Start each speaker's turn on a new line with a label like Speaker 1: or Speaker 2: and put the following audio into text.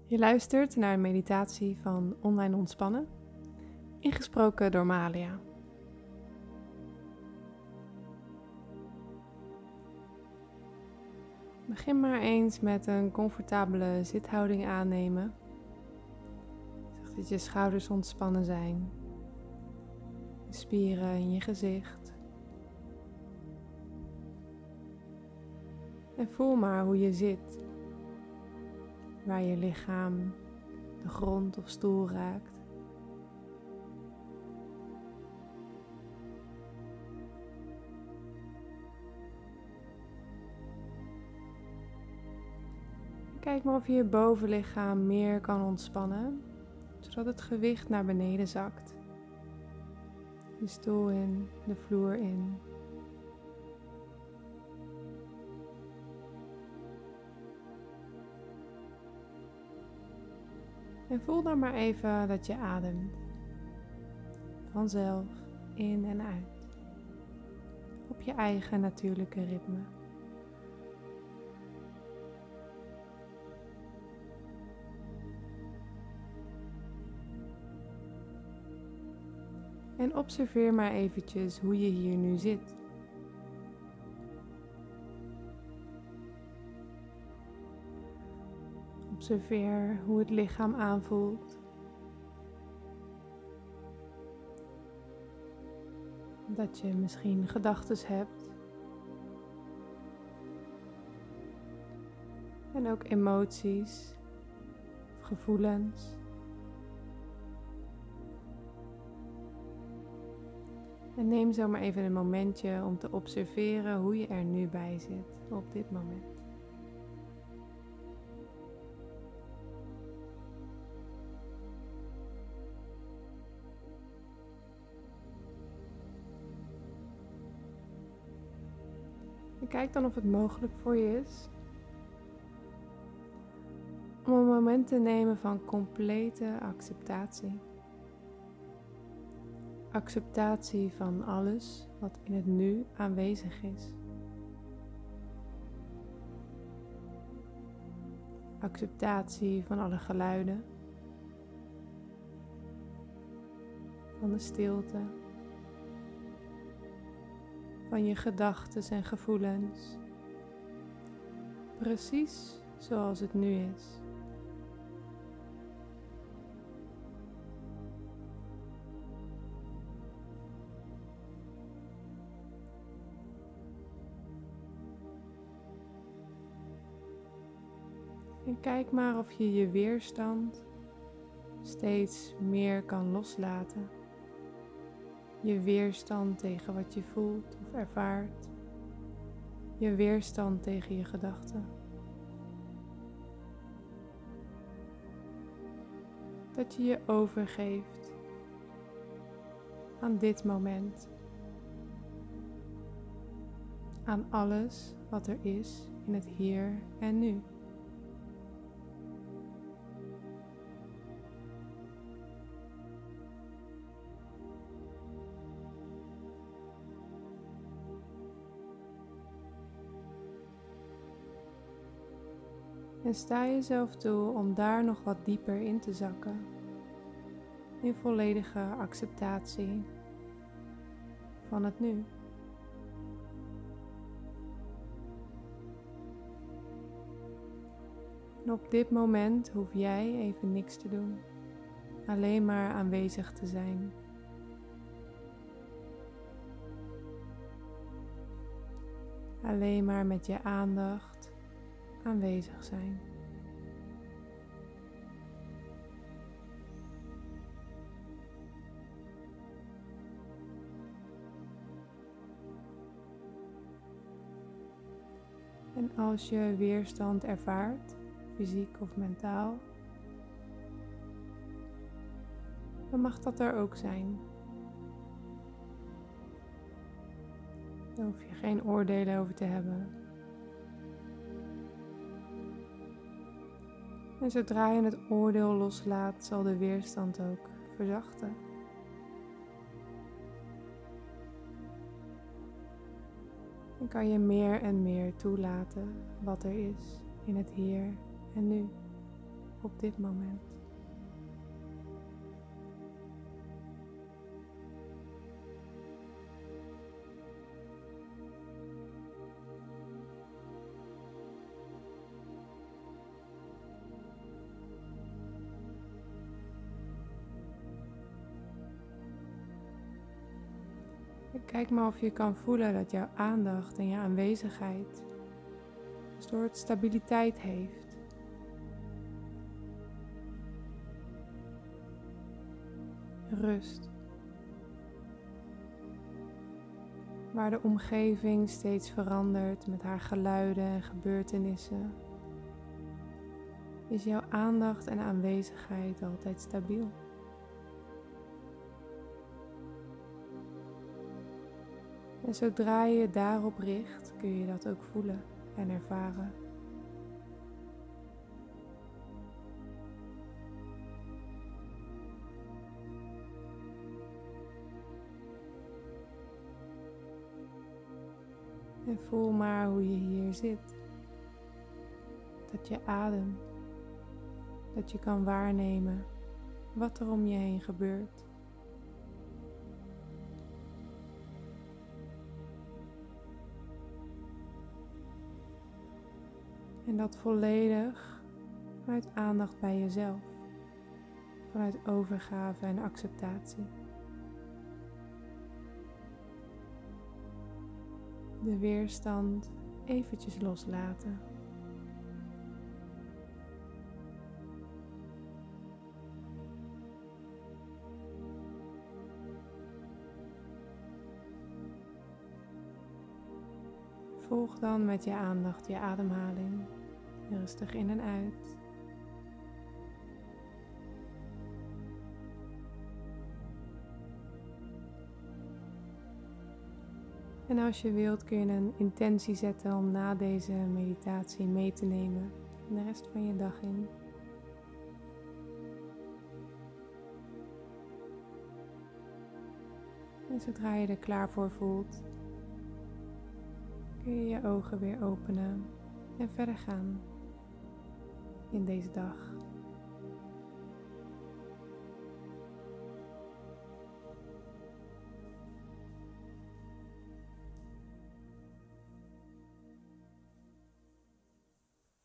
Speaker 1: Je luistert naar een meditatie van Online Ontspannen, ingesproken door Malia. Begin maar eens met een comfortabele zithouding aannemen. Zorg dat je schouders ontspannen zijn, de spieren in je gezicht. En voel maar hoe je zit, waar je lichaam de grond of stoel raakt. Kijk maar of je je bovenlichaam meer kan ontspannen, zodat het gewicht naar beneden zakt. De stoel in, de vloer in. En voel dan maar even dat je ademt. Vanzelf in en uit. Op je eigen natuurlijke ritme. En observeer maar eventjes hoe je hier nu zit. Observeer hoe het lichaam aanvoelt. Dat je misschien gedachten hebt. En ook emoties of gevoelens. En neem zo maar even een momentje om te observeren hoe je er nu bij zit op dit moment. En kijk dan of het mogelijk voor je is om een moment te nemen van complete acceptatie. Acceptatie van alles wat in het nu aanwezig is. Acceptatie van alle geluiden, van de stilte, van je gedachten en gevoelens, precies zoals het nu is. En kijk maar of je je weerstand steeds meer kan loslaten. Je weerstand tegen wat je voelt of ervaart. Je weerstand tegen je gedachten. Dat je je overgeeft aan dit moment. Aan alles wat er is in het hier en nu. En sta jezelf toe om daar nog wat dieper in te zakken. In volledige acceptatie van het nu. En op dit moment hoef jij even niks te doen. Alleen maar aanwezig te zijn. Alleen maar met je aandacht aanwezig zijn. En als je weerstand ervaart, fysiek of mentaal, dan mag dat er ook zijn. Daar hoef je geen oordelen over te hebben. En zodra je het oordeel loslaat, zal de weerstand ook verzachten. Dan kan je meer en meer toelaten wat er is in het hier en nu. op dit moment. Kijk maar of je kan voelen dat jouw aandacht en je aanwezigheid een soort stabiliteit heeft. Rust. Waar de omgeving steeds verandert met haar geluiden en gebeurtenissen, is jouw aandacht en aanwezigheid altijd stabiel. En zodra je je daarop richt, kun je dat ook voelen en ervaren. En voel maar hoe je hier zit. Dat je ademt. Dat je kan waarnemen wat er om je heen gebeurt. En dat volledig vanuit aandacht bij jezelf. Vanuit overgave en acceptatie. De weerstand eventjes loslaten. Volg dan met je aandacht je ademhaling. Rustig in en uit. En als je wilt kun je een intentie zetten om na deze meditatie mee te nemen in de rest van je dag in. En zodra je er klaar voor voelt, kun je je ogen weer openen en verder gaan in deze dag.